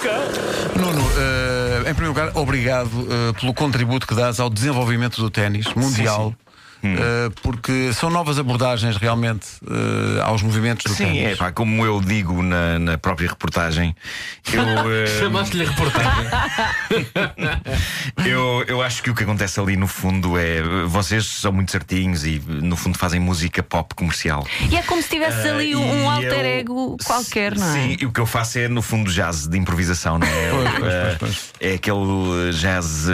Nuno, em primeiro lugar, obrigado pelo contributo que dás ao desenvolvimento do ténis mundial. Porque são novas abordagens realmente aos movimentos do ténis. Sim, é pá, como eu digo na própria reportagem, Chamaste-lhe reportagem. eu acho que o que acontece ali no fundo é vocês são muito certinhos e no fundo fazem música pop comercial. E é como se tivesse ali um alter ego qualquer, não é? Sim, e o que eu faço é no fundo jazz de improvisação, não é? Pois. É aquele jazz.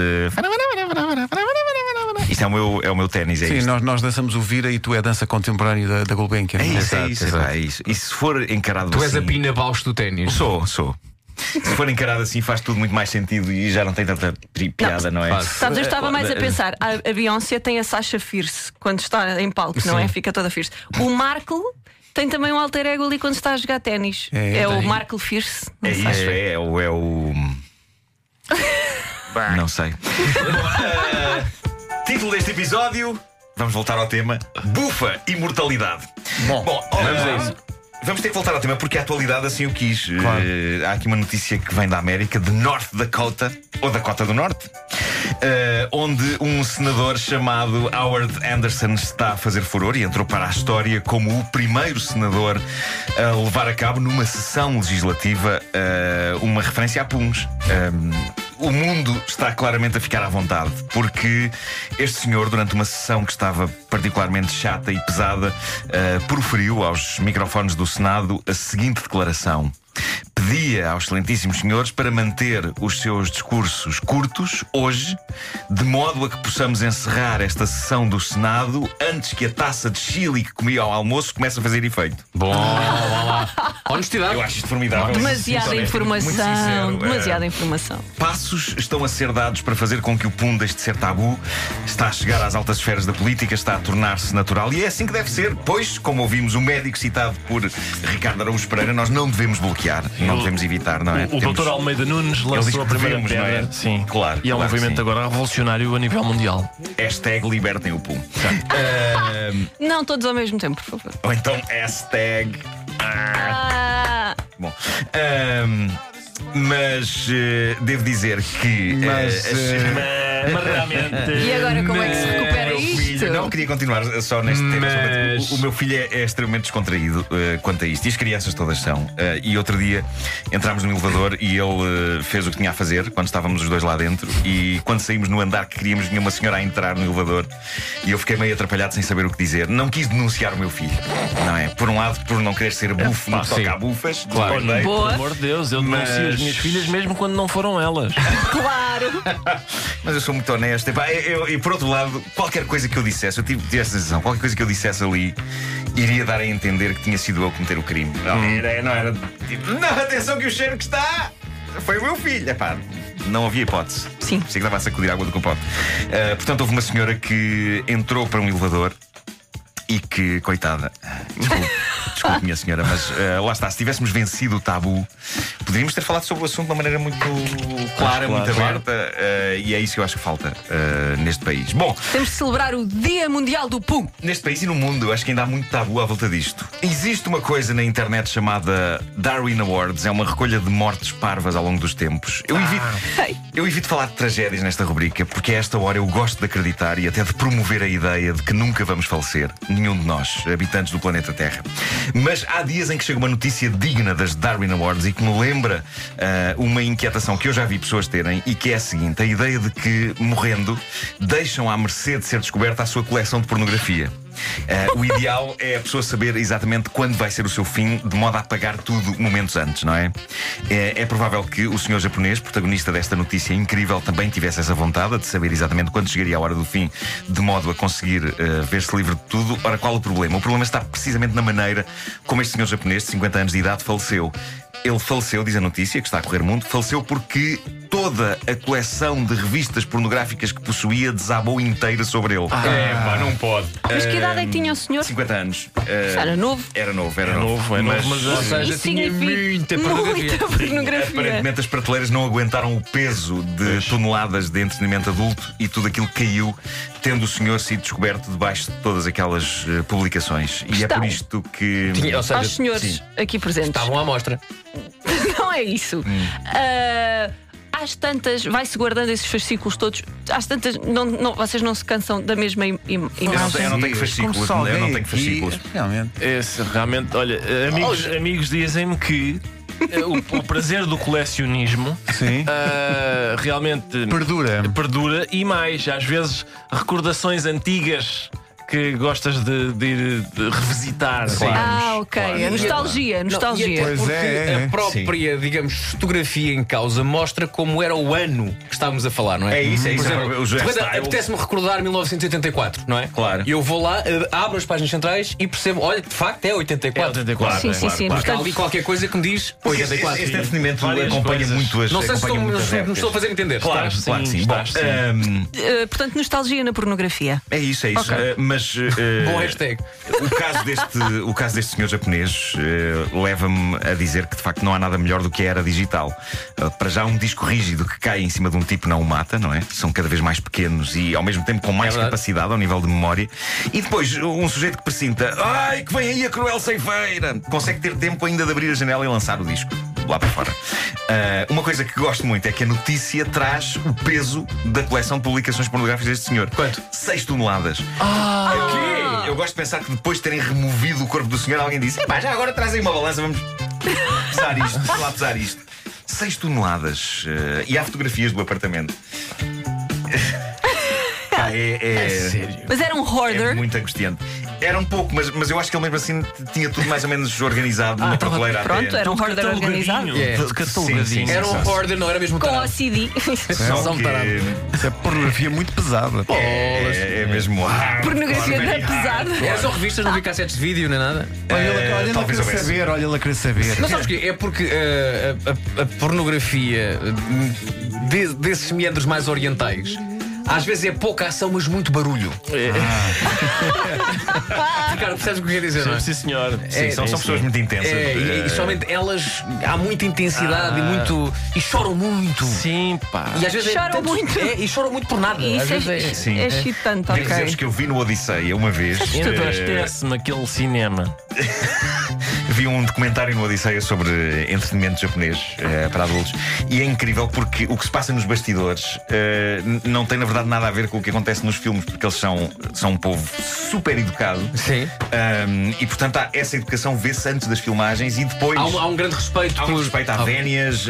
Isto é o meu ténis, é Sim, isto. nós dançamos o Vira e tu é a dança contemporânea da Gulbenkian. É isso, Exato, é isso, exato. é isso. E se for encarado Tu és assim, a Pina Bausch do ténis. Sou. Se for encarado assim faz tudo muito mais sentido e já não tem tanta piada, não é? faz. Sabes, eu estava mais a pensar. A Beyoncé tem a Sasha Fierce quando está em palco, não é? Fica toda Fierce. O Markle tem também um alter ego ali quando está a jogar ténis. É o Markle Fierce. Não É sei. isso, é o. Não sei. Título deste episódio. Vamos voltar ao tema: Bufa Imortalidade. Bom, vamos a isso. Vamos ter que voltar ao tema porque a atualidade assim o quis. Claro. Há aqui uma notícia que vem da América, de North Dakota, ou Dakota do Norte, onde um senador chamado Howard Anderson está a fazer furor e entrou para a história como o primeiro senador a levar a cabo numa sessão legislativa uma referência a puns. O mundo está claramente a ficar à vontade, porque este senhor, durante uma sessão que estava particularmente chata e pesada, proferiu aos microfones do Senado a seguinte declaração: pedia aos excelentíssimos senhores para manter os seus discursos curtos hoje, de modo a que possamos encerrar esta sessão do Senado antes que a taça de chili que comi ao almoço comece a fazer efeito. Bom, vá lá. Honestidade. Eu acho isto formidável. Demasiada Muito informação. sincero. Demasiada informação. Passos estão a ser dados para fazer com que o PUM deixe de ser tabu. Está a chegar às altas esferas da política, está a tornar-se natural. E é assim que deve ser, pois, como ouvimos o médico citado por Ricardo Araújo Pereira, nós não devemos bloquear, não devemos evitar, não é? O Dr. Almeida Nunes Ele diz lançou a que primeira devemos, não é? pedra. Sim, Claro, E é um claro que movimento sim. agora revolucionário a nível mundial. Hashtag libertem o PUM. Não todos ao mesmo tempo, por favor. Ou então hashtag. Bom. Mas devo dizer que. Mas realmente. E agora como é que se recupera Meu isto? filho, não queria continuar só neste tema. Mas- O meu filho é extremamente descontraído quanto a isto. E as crianças todas são. E outro dia entramos no elevador e ele fez o que tinha a fazer quando estávamos os dois lá dentro. E quando saímos no andar que queríamos, vinha uma senhora a entrar no elevador. E eu fiquei meio atrapalhado sem saber o que dizer. Não quis denunciar o meu filho, não é? Por um lado, por não querer ser bufo no que toca a bufas. Claro. discordei. Boa. Pelo amor de Deus, eu denuncio as minhas filhas mesmo quando não foram elas. Claro. Mas eu sou muito honesto. E por outro lado, qualquer coisa que eu dissesse, eu tive essa sensação, qualquer coisa que eu dissesse ali iria dar a entender que tinha sido eu a cometer o crime. Não era tipo, não, atenção que o cheiro que está foi o meu filho. Epá, não havia hipótese. Sim. Sei que estava a sacudir a água do copote. Portanto, houve uma senhora que entrou para um elevador e que, coitada, desculpe minha senhora, mas lá está, se tivéssemos vencido o tabu, poderíamos ter falado sobre o assunto de uma maneira muito clara, muito aberta, e é isso que eu acho que falta neste país. Bom, Temos de celebrar o Dia Mundial do Pum. neste país e no mundo, eu acho que ainda há muito tabu à volta disto. Existe uma coisa na internet chamada Darwin Awards, é uma recolha de mortes parvas ao longo dos tempos. Eu evito falar de tragédias nesta rubrica, porque a esta hora eu gosto de acreditar e até de promover a ideia de que nunca vamos falecer, nenhum de nós, habitantes do planeta Terra. Mas há dias em que chega uma notícia digna das Darwin Awards e que me lembra uma inquietação que eu já vi pessoas terem, e que é a seguinte: a ideia de que, morrendo, deixam à mercê de ser descoberta a sua coleção de pornografia. O ideal é a pessoa saber exatamente quando vai ser o seu fim, de modo a apagar tudo momentos antes, não é? É provável que o senhor japonês, protagonista desta notícia incrível, também tivesse essa vontade de saber exatamente quando chegaria a hora do fim, de modo a conseguir ver-se livre de tudo. Ora, qual o problema? O problema está precisamente na maneira como este senhor japonês, de 50 anos de idade, faleceu. Ele faleceu, diz a notícia, que está a correr mundo, faleceu porque toda a coleção de revistas pornográficas que possuía desabou inteira sobre ele. Não pode. Mas que idade é que tinha o senhor? 50 anos. Era novo. Era novo, era novo, é novo, mas Ou seja, Isso tinha significa muita pornografia. muita pornografia. Aparentemente as prateleiras não aguentaram o peso de toneladas de entretenimento adulto e tudo aquilo caiu, tendo o senhor sido descoberto debaixo de todas aquelas publicações. E é Estão. por isto que. Ou seja, Aos senhores sim, aqui presentes. estavam à mostra. Não é isso. Às tantas, vai-se guardando esses fascículos todos. Às tantas, vocês não se cansam da mesma imagem. Eu não tenho fascículos. Eu não tenho fascículos. Realmente. Realmente, olha, amigos dizem-me que o prazer do colecionismo Sim. realmente Perdura. E mais, às vezes, recordações antigas que gostas de ir revisitar. Ok. A nostalgia. E até Pois porque é. a própria, digamos, fotografia em causa mostra como era o ano que estávamos a falar, não é? É isso. Por exemplo, O José Styles. apetece-me recordar 1984, não é? Claro. E eu vou lá, abro as páginas centrais e percebo, olha, de facto é 84. Claro, Sim. Porque há Portanto, ali qualquer coisa que me diz 84. Este entretenimento Várias acompanha coisas. muito as. Não sei se acompanha muitas me épocas. estou a fazer entender. Claro, Estás, claro que sim, sim. Bom, estás, sim. portanto, nostalgia na pornografia. é isso. Mas Bom hashtag. o caso deste senhor japonês leva-me a dizer que de facto não há nada melhor do que a era digital. Para já, um disco rígido que cai em cima de um tipo não o mata, não é? São cada vez mais pequenos e ao mesmo tempo com mais capacidade ao nível de memória. E depois, um sujeito que presinta, ai, que vem aí a cruel ceifeira, consegue ter tempo ainda de abrir a janela e lançar o disco lá para fora. Uma coisa que gosto muito é que a notícia traz o peso da coleção de publicações pornográficas deste senhor. Quanto? 6 toneladas. Eu gosto de pensar que depois de terem removido o corpo do senhor, alguém disse: já agora trazem uma balança, vamos pesar isto. 6 toneladas. E há fotografias do apartamento. Sério? Mas era um hoarder. É muito angustiante. Era um pouco, mas eu acho que ele mesmo assim tinha tudo mais ou menos organizado numa prateleira Pronto, até. era um hoarder organizado. Tudo catalogadinho. Sim. Era um hoarder, não era mesmo Com tarado. OCD. Só que Isso é pornografia muito pesada. é mesmo. Pornografia claro, da pesada. Era só revistas, não vi cassetes de vídeo nem nada. Olha, ele talvez querer houvesse. saber, olha, ele querer saber. Mas sabes porquê? É porque a pornografia desses meandros mais orientais às vezes é pouca ação, mas muito barulho. Ricardo, percebes o que eu quero dizer, não é? Sim, senhor. Sim, são pessoas muito intensas. E somente elas há muita intensidade e choram muito. Sim, pá. E às vezes Choram muito. e choram muito por nada. Isso Às vezes Sim. é excitante, Devo dizer-vos ok. que eu vi no Odisseia uma vez. Entristece-me aquele cinema. Vi um documentário no Odisseia sobre entretenimento japonês para adultos. E é incrível porque o que se passa nos bastidores não tem, na verdade, nada a ver com o que acontece nos filmes, porque eles são um povo super educado. Sim. E portanto essa educação vê-se antes das filmagens e depois. Há um grande respeito. Há um respeito à vénias,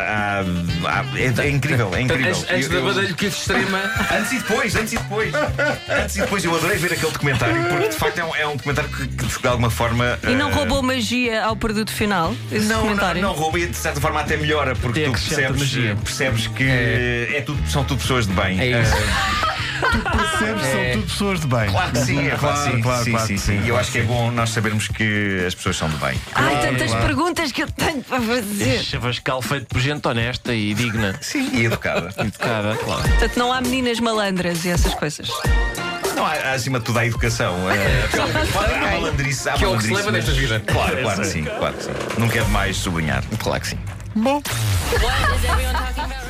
é incrível, é incrível. Antes da badalhoquice extrema. Antes e depois. Antes e depois. Eu adorei ver aquele documentário porque de facto é um documentário que de alguma forma. E não roubou magia ao produto final? Esse documentário? Não rouba e de certa forma até melhora porque Tem tu acrescenta magia. percebes que são tudo pessoas de bem. É isso. Percebes? São tudo pessoas de bem. Claro que sim, Claro. sim. E eu acho que é bom nós sabermos que as pessoas são de bem. Ai, tantas perguntas que eu tenho para fazer. Chavascal feito por gente honesta e digna. Sim, e educada. Educada, claro. Portanto, não há meninas malandras e essas coisas. Não, há acima de tudo a educação. Há malandrice. Que é o que se leva mas- desta vida. Claro que sim. Nunca é demais sublinhar. Claro que sim. Bom. What is everyone talking about?